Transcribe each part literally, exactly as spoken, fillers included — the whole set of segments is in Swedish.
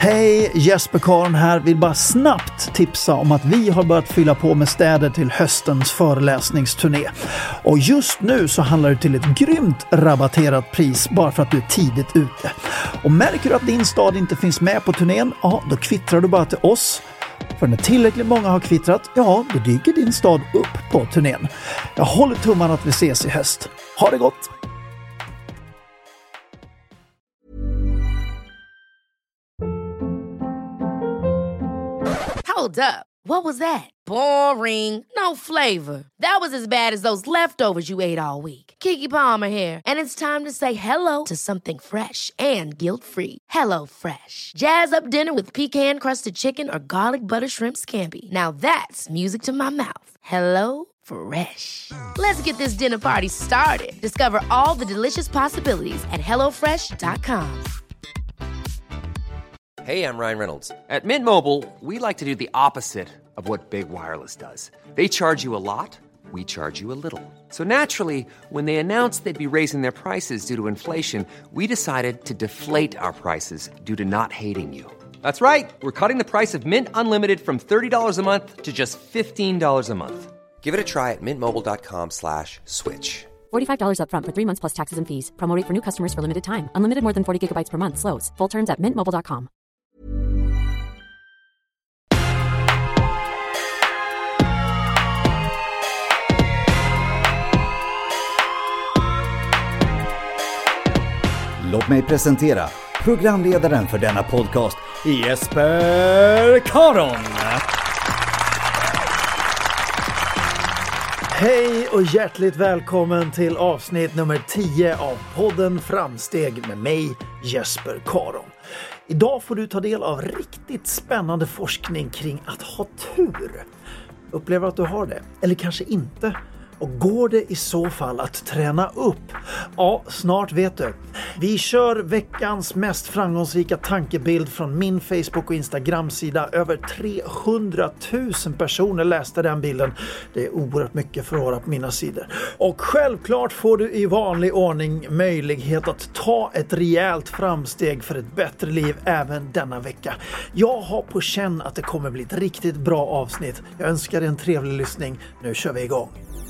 Hej, Jesper Karon här. Vill bara snabbt tipsa om att vi har börjat fylla på med städer till höstens föreläsningsturné. Och just nu så handlar det till ett grymt rabatterat pris bara för att du är tidigt ute. Och märker du att din stad inte finns med på turnén, ja, då kvittrar du bara till oss. För när tillräckligt många har kvittrat, ja, då dyker din stad upp på turnén. Jag håller tummarna att vi ses i höst. Ha det gott! Hold up. What was that? Boring. No flavor. That was as bad as those leftovers you ate all week. Keke Palmer here, and it's time to say hello to something fresh and guilt-free. Hello Fresh. Jazz up dinner with pecan-crusted chicken or garlic butter shrimp scampi. Now that's music to my mouth. Hello Fresh. Let's get this dinner party started. Discover all the delicious possibilities at hello fresh dot com. Hey, I'm Ryan Reynolds. At Mint Mobile, we like to do the opposite of what Big Wireless does. They charge you a lot, we charge you a little. So naturally, when they announced they'd be raising their prices due to inflation, we decided to deflate our prices due to not hating you. That's right. We're cutting the price of Mint Unlimited from thirty dollars a month to just fifteen dollars a month. Give it a try at mintmobile.com slash switch. forty-five dollars up front for three months plus taxes and fees. Promo rate for new customers for limited time. Unlimited more than forty gigabytes per month. Slows full terms at mint mobile dot com. Låt mig presentera programledaren för denna podcast, Jesper Karon. Hej och hjärtligt välkommen till avsnitt nummer tio av podden Framsteg med mig, Jesper Karon. Idag får du ta del av riktigt spännande forskning kring att ha tur. Upplever att du har det, eller kanske inte. Och går det i så fall att träna upp? Ja, snart vet du. Vi kör veckans mest framgångsrika tankebild från min Facebook- och Instagram-sida. Över trehundratusen personer läste den bilden. Det är oerhört mycket för att vara på mina sidor. Och självklart får du i vanlig ordning möjlighet att ta ett rejält framsteg för ett bättre liv även denna vecka. Jag har på känn att det kommer bli ett riktigt bra avsnitt. Jag önskar dig en trevlig lyssning. Nu kör vi igång.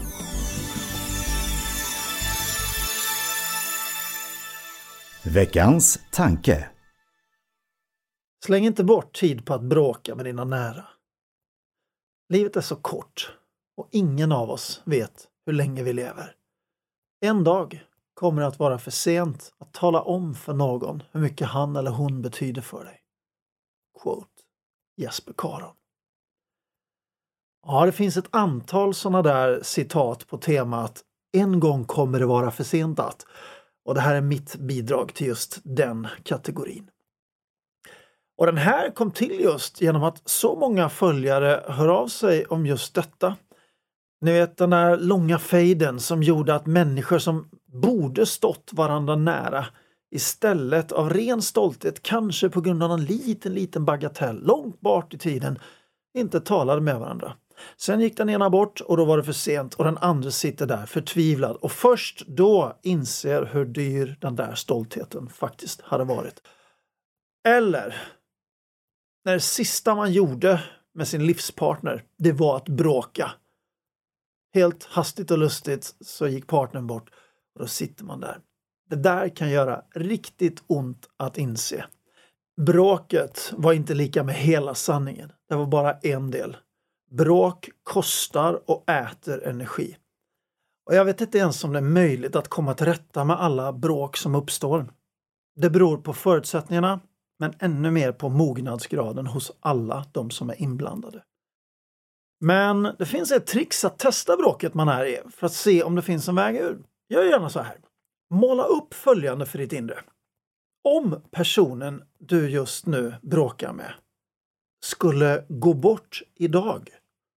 Veckans tanke. Släng inte bort tid på att bråka med dina nära. Livet är så kort och ingen av oss vet hur länge vi lever. En dag kommer det att vara för sent att tala om för någon hur mycket han eller hon betyder för dig. Quote Jesper Karon. Ja, det finns ett antal sådana där citat på temat en gång kommer det vara för sent att. Och det här är mitt bidrag till just den kategorin. Och den här kom till just genom att så många följare hör av sig om just detta. Ni vet den där långa fejden som gjorde att människor som borde stått varandra nära istället av ren stolthet, kanske på grund av en liten, liten bagatell långt bort i tiden, inte talade med varandra. Sen gick den ena bort och då var det för sent och den andra sitter där förtvivlad och först då inser hur dyr den där stoltheten faktiskt hade varit. Eller när det sista man gjorde med sin livspartner, det var att bråka. Helt hastigt och lustigt så gick partnern bort och då sitter man där. Det där kan göra riktigt ont att inse. Bråket var inte lika med hela sanningen. Det var bara en del. Bråk kostar och äter energi. Och jag vet inte ens om det är möjligt att komma till rätta med alla bråk som uppstår. Det beror på förutsättningarna, men ännu mer på mognadsgraden hos alla de som är inblandade. Men det finns ett trix att testa bråket man är i för att se om det finns en väg ur. Gör gärna så här. Måla upp följande för ditt inre. Om personen du just nu bråkar med skulle gå bort idag,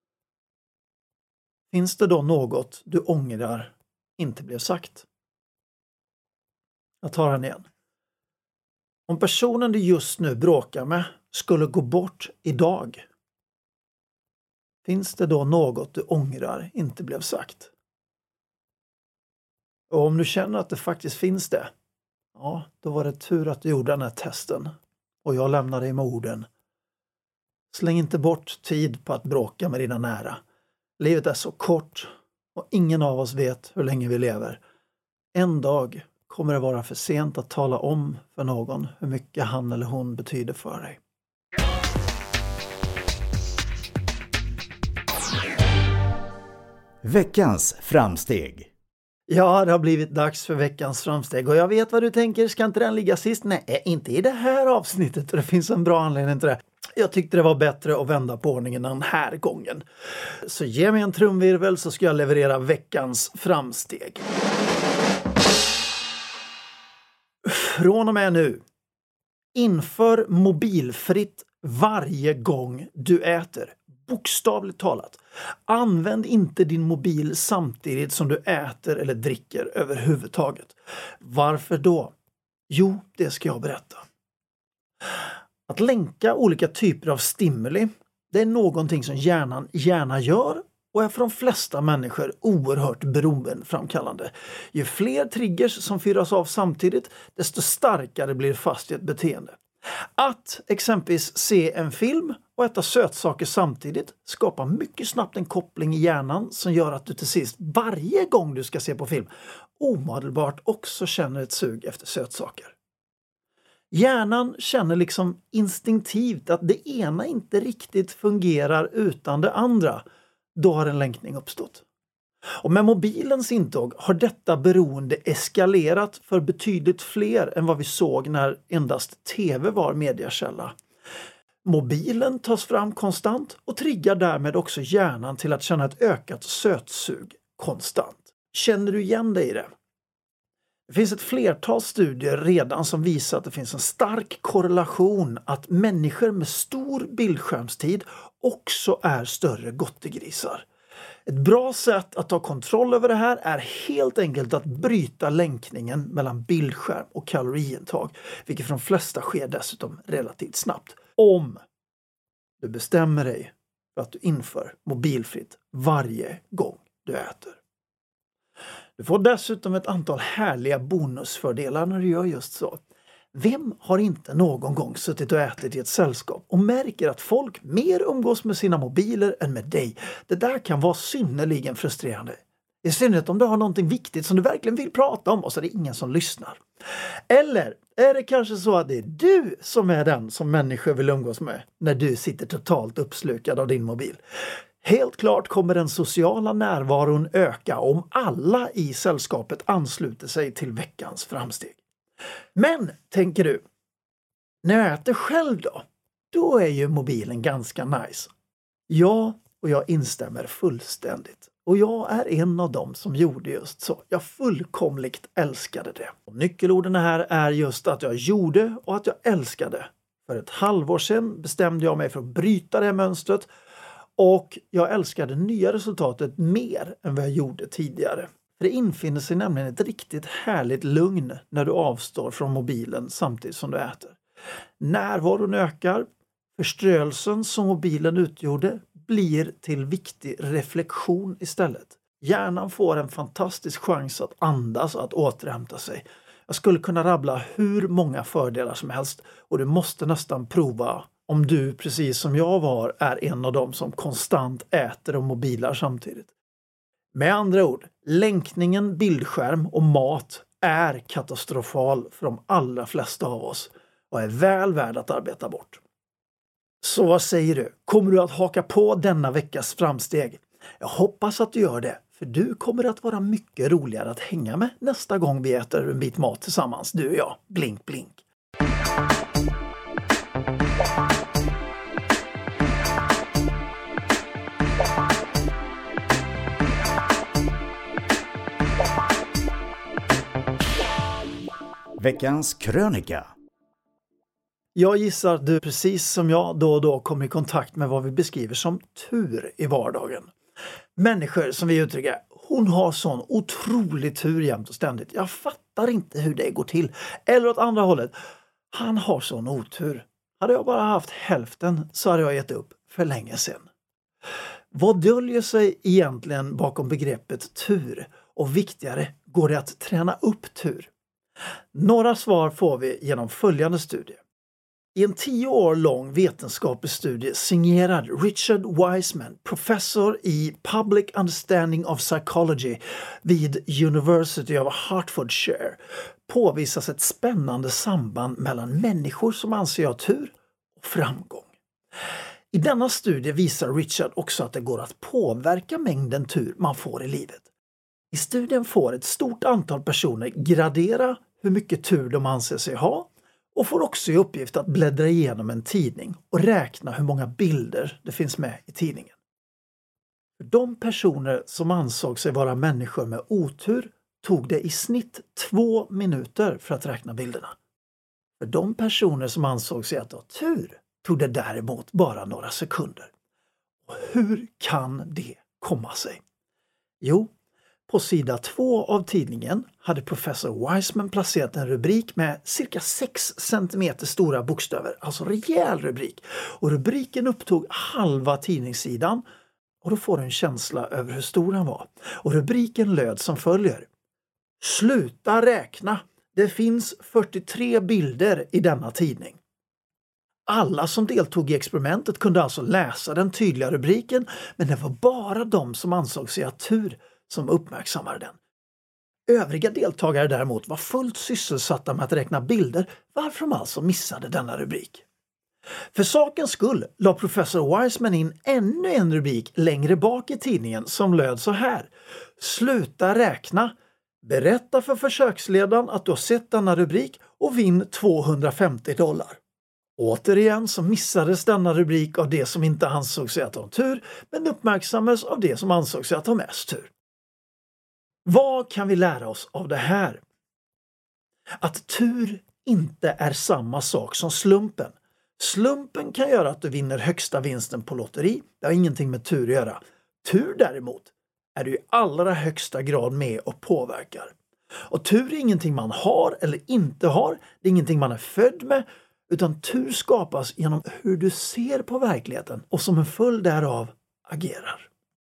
finns det då något du ångrar inte blev sagt? Jag tar den igen. Om personen du just nu bråkar med skulle gå bort idag, finns det då något du ångrar inte blev sagt? Och om du känner att det faktiskt finns det, ja, då var det tur att du gjorde den här testen. och jag lämnar dig med orden: släng inte bort tid på att bråka med dina nära. Livet är så kort och ingen av oss vet hur länge vi lever. En dag kommer det vara för sent att tala om för någon hur mycket han eller hon betyder för dig. Veckans framsteg. Ja, det har blivit dags för veckans framsteg och jag vet vad du tänker, ska inte den ligga sist? Nej, inte i det här avsnittet och det finns en bra anledning till det. Jag tyckte det var bättre att vända på ordningen den här gången. Så ge mig en trumvirvel så ska jag leverera veckans framsteg. Från och med nu, inför mobilfritt varje gång du äter. Bokstavligt talat. Använd inte din mobil samtidigt som du äter eller dricker överhuvudtaget. Varför då? Jo, det ska jag berätta. Att länka olika typer av stimuli, det är någonting som hjärnan gärna gör och är för de flesta människor oerhört beroendeframkallande. Ju fler triggers som fyras av samtidigt, desto starkare blir fast i ett beteende. Att exempelvis se en film och äta sötsaker samtidigt skapar mycket snabbt en koppling i hjärnan som gör att du till sist varje gång du ska se på film omedelbart också känner ett sug efter sötsaker. Hjärnan känner liksom instinktivt att det ena inte riktigt fungerar utan det andra. Då har en länkning uppstått. Och med mobilens intåg har detta beroende eskalerat för betydligt fler än vad vi såg när endast tv var mediekälla. Mobilen tas fram konstant och triggar därmed också hjärnan till att känna ett ökat sötsug konstant. Känner du igen dig i det? Det finns ett flertal studier redan som visar att det finns en stark korrelation att människor med stor bildskärmstid också är större gottegrisar. Ett bra sätt att ta kontroll över det här är helt enkelt att bryta länkningen mellan bildskärm och kaloriintag, vilket för de flesta sker dessutom relativt snabbt. Om du bestämmer dig för att du inför mobilfritt varje gång du äter. Du får dessutom ett antal härliga bonusfördelar när du gör just så. Vem har inte någon gång suttit och ätit i ett sällskap och märker att folk mer umgås med sina mobiler än med dig? Det där kan vara synnerligen frustrerande. I synnerhet om du har någonting viktigt som du verkligen vill prata om och så är det ingen som lyssnar. Eller är det kanske så att det är du som är den som människor vill umgås med när du sitter totalt uppslukad av din mobil? Helt klart kommer den sociala närvaron öka om alla i sällskapet ansluter sig till veckans framsteg. Men, tänker du, när jag äter själv då? Då är ju mobilen ganska nice. Ja, och jag instämmer fullständigt. Och jag är en av dem som gjorde just så. Jag fullkomligt älskade det. Och nyckelorden här är just att jag gjorde och att jag älskade. För ett halvår sedan bestämde jag mig för att bryta det här mönstret. Och jag älskade nya resultatet mer än vad jag gjorde tidigare. För det infinner sig nämligen ett riktigt härligt lugn när du avstår från mobilen samtidigt som du äter. Närvaron ökar, förströelsen som mobilen utgjorde blir till viktig reflektion istället. Hjärnan får en fantastisk chans att andas och att återhämta sig. Jag skulle kunna rabbla hur många fördelar som helst och du måste nästan prova om du, precis som jag var, är en av dem som konstant äter och mobilar samtidigt. Med andra ord, länkningen, bildskärm och mat är katastrofal för de allra flesta av oss och är väl värd att arbeta bort. Så vad säger du? Kommer du att haka på denna veckas framsteg? Jag hoppas att du gör det, för du kommer att vara mycket roligare att hänga med nästa gång vi äter en bit mat tillsammans, du och jag. Blink, blink. Veckans krönika. Jag gissar att du precis som jag då och då kommer i kontakt med vad vi beskriver som tur i vardagen. Människor som vi uttrycker, hon har sån otrolig tur jämt och ständigt. Jag fattar inte hur det går till. Eller åt andra hållet, han har sån otur. Hade jag bara haft hälften så hade jag gett upp för länge sedan. Vad döljer sig egentligen bakom begreppet tur? Och viktigare, går det att träna upp tur? Några svar får vi genom följande studie. I en tio år lång vetenskaplig studie signerad Richard Wiseman, professor i Public Understanding of Psychology vid University of Hertfordshire, påvisas ett spännande samband mellan människor som anser ha tur och framgång. I denna studie visar Richard också att det går att påverka mängden tur man får i livet. I studien får ett stort antal personer gradera hur mycket tur de anser sig ha och får också i uppgift att bläddra igenom en tidning och räkna hur många bilder det finns med i tidningen. För de personer som ansåg sig vara människor med otur tog det i snitt två minuter för att räkna bilderna. För de personer som ansåg sig att ha tur tog det däremot bara några sekunder. Och hur kan det komma sig? Jo, på sida två av tidningen hade professor Wiseman placerat en rubrik med cirka sex centimeter stora bokstäver, alltså rejäl rubrik. Och rubriken upptog halva tidningssidan och då får du en känsla över hur stor den var. Och rubriken löd som följer: Sluta räkna! Det finns fyrtiotre bilder i denna tidning. Alla som deltog i experimentet kunde alltså läsa den tydliga rubriken, men det var bara de som ansåg sig ha tur som uppmärksammade den. Övriga deltagare däremot var fullt sysselsatta med att räkna bilder, varför de alltså missade denna rubrik. För sakens skull la professor Wiseman in ännu en rubrik längre bak i tidningen som löd så här: Sluta räkna! Berätta för försöksledaren att du har sett denna rubrik och vinn tvåhundrafemtio dollar. Återigen så missades denna rubrik av det som inte ansåg sig att ha tur, men uppmärksammades av det som ansåg sig att ha mest tur. Vad kan vi lära oss av det här? Att tur inte är samma sak som slumpen. Slumpen kan göra att du vinner högsta vinsten på lotteri. Det har ingenting med tur att göra. Tur däremot är du i allra högsta grad med och påverkar. Och tur är ingenting man har eller inte har. Det är ingenting man är född med. Utan tur skapas genom hur du ser på verkligheten och som en följd därav agerar.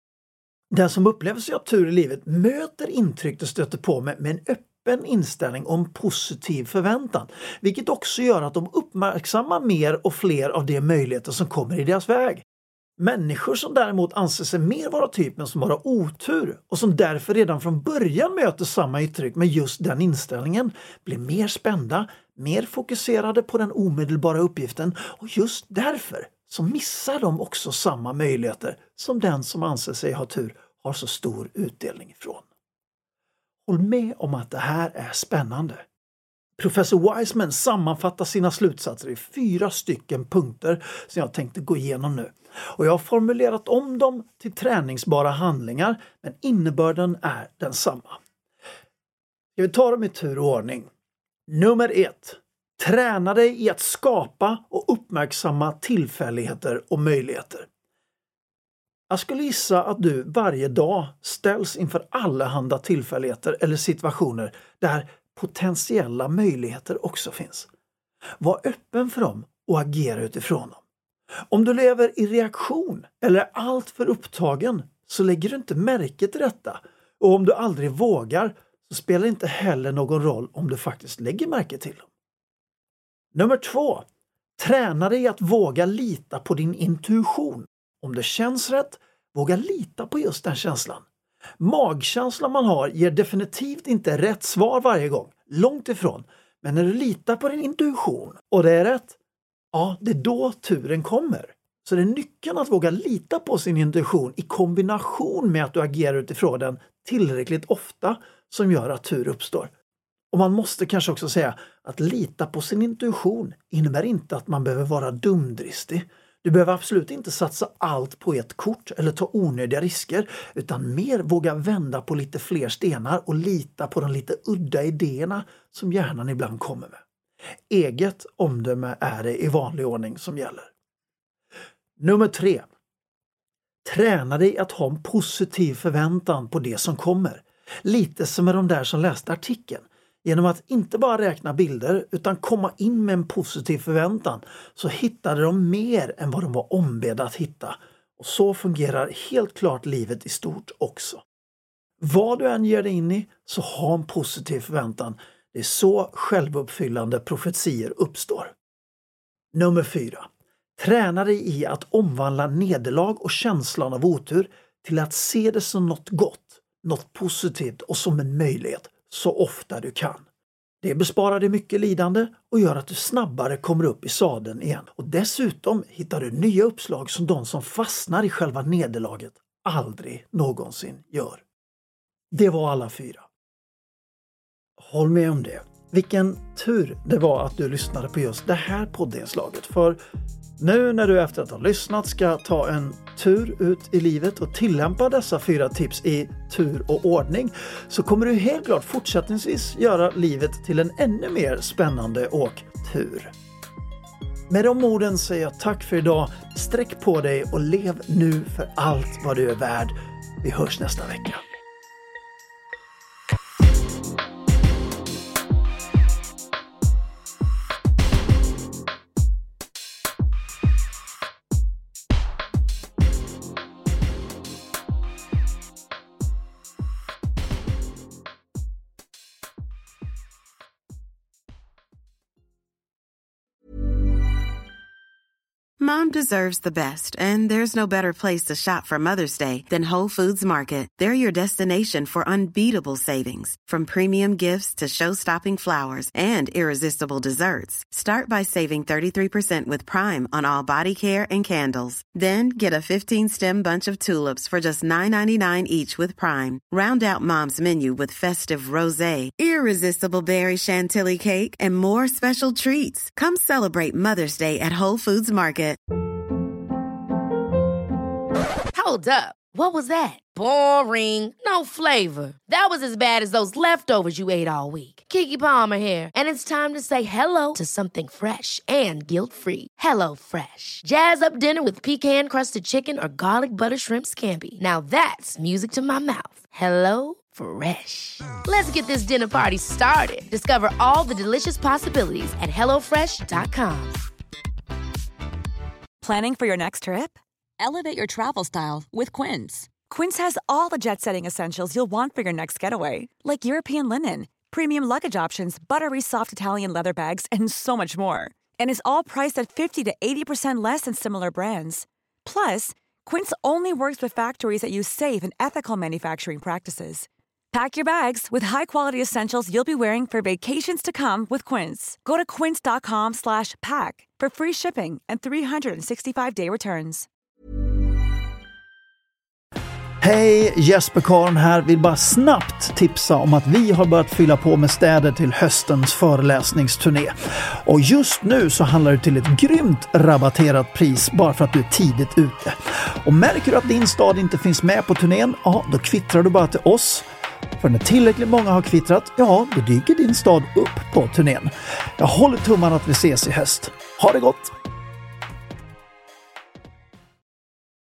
Den som upplever sig ha tur i livet möter intryck du stöter på med, med en öppen inställning och en positiv förväntan. Vilket också gör att de uppmärksammar mer och fler av de möjligheter som kommer i deras väg. Människor som däremot anser sig mer vara typen som har otur och som därför redan från början möter samma uttryck med just den inställningen blir mer spända, mer fokuserade på den omedelbara uppgiften och just därför så missar de också samma möjligheter som den som anser sig ha tur har så stor utdelning ifrån. Håll med om att det här är spännande. Professor Wiseman sammanfattar sina slutsatser i fyra stycken punkter som jag tänkte gå igenom nu. Och jag har formulerat om dem till träningsbara handlingar, men innebörden är densamma. Jag vill ta dem i tur och ordning. Nummer ett. Träna dig i att skapa och uppmärksamma tillfälligheter och möjligheter. Jag skulle gissa att du varje dag ställs inför allehanda tillfälligheter eller situationer där potentiella möjligheter också finns. Var öppen för dem och agera utifrån dem. Om du lever i reaktion eller är allt för upptagen så lägger du inte märke till detta. Och om du aldrig vågar så spelar det inte heller någon roll om du faktiskt lägger märke till dem. Nummer två. Träna dig att våga lita på din intuition. Om det känns rätt, våga lita på just den känslan. Magkänslan man har ger definitivt inte rätt svar varje gång. Långt ifrån. Men när du litar på din intuition och det är rätt, ja, det är då turen kommer. Så det är nyckeln att våga lita på sin intuition i kombination med att du agerar utifrån den tillräckligt ofta som gör att tur uppstår. Och man måste kanske också säga att lita på sin intuition innebär inte att man behöver vara dumdristig. Du behöver absolut inte satsa allt på ett kort eller ta onödiga risker, utan mer våga vända på lite fler stenar och lita på de lite udda idéerna som hjärnan ibland kommer med. Eget omdöme är det i vanlig ordning som gäller. Nummer tre. Träna dig att ha en positiv förväntan på det som kommer. Lite som med de där som läste artikeln. Genom att inte bara räkna bilder utan komma in med en positiv förväntan så hittade de mer än vad de var ombedda att hitta. Och så fungerar helt klart livet i stort också. Vad du än ger dig in i så ha en positiv förväntan. Det är så självuppfyllande profetier uppstår. Nummer fyra. Träna dig i att omvandla nederlag och känslan av otur till att se det som något gott, något positivt och som en möjlighet så ofta du kan. Det besparar dig mycket lidande och gör att du snabbare kommer upp i sadeln igen. Och dessutom hittar du nya uppslag som de som fastnar i själva nederlaget aldrig någonsin gör. Det var alla fyra. Håll med om det. Vilken tur det var att du lyssnade på just det här poddinslaget. För nu när du efter att ha lyssnat ska ta en tur ut i livet och tillämpa dessa fyra tips i tur och ordning, så kommer du helt klart fortsättningsvis göra livet till en ännu mer spännande åktur. Med de orden säger jag tack för idag. Sträck på dig och lev nu för allt vad du är värd. Vi hörs nästa vecka. Mom deserves the best, and there's no better place to shop for Mother's Day than Whole Foods Market. They're your destination for unbeatable savings, from premium gifts to show-stopping flowers and irresistible desserts. Start by saving thirty-three percent with Prime on all body care and candles. Then get a fifteen-stem bunch of tulips for just nine ninety-nine each with Prime. Round out Mom's menu with festive rosé, irresistible berry chantilly cake, and more special treats. Come celebrate Mother's Day at Whole Foods Market. Hold up. What was that? Boring. No flavor. That was as bad as those leftovers you ate all week. Keke Palmer here, and it's time to say hello to something fresh and guilt-free. Hello Fresh. Jazz up dinner with pecan-crusted chicken or garlic butter shrimp scampi. Now that's music to my mouth. Hello Fresh. Let's get this dinner party started. Discover all the delicious possibilities at hello fresh dot com. Planning for your next trip? Elevate your travel style with Quince. Quince has all the jet-setting essentials you'll want for your next getaway, like European linen, premium luggage options, buttery soft Italian leather bags, and so much more. And is all priced at fifty to eighty percent less than similar brands. Plus, Quince only works with factories that use safe and ethical manufacturing practices. Pack your bags with high-quality essentials you'll be wearing for vacations to come with Quince. Go to quince dot com slash pack for free shipping and three sixty-five day returns. Hej, Jesper Karn här. Vill bara snabbt tipsa om att vi har börjat fylla på med städer till höstens föreläsningsturné. Och just nu så handlar det till ett grymt rabatterat pris bara för att du är tidigt ute. Och märker du att din stad inte finns med på turnén, ja, då kvittrar du bara till oss. För när tillräckligt många har kvittrat, ja, då dyker din stad upp på turnén. Jag håller tummarna att vi ses i höst. Ha det gott!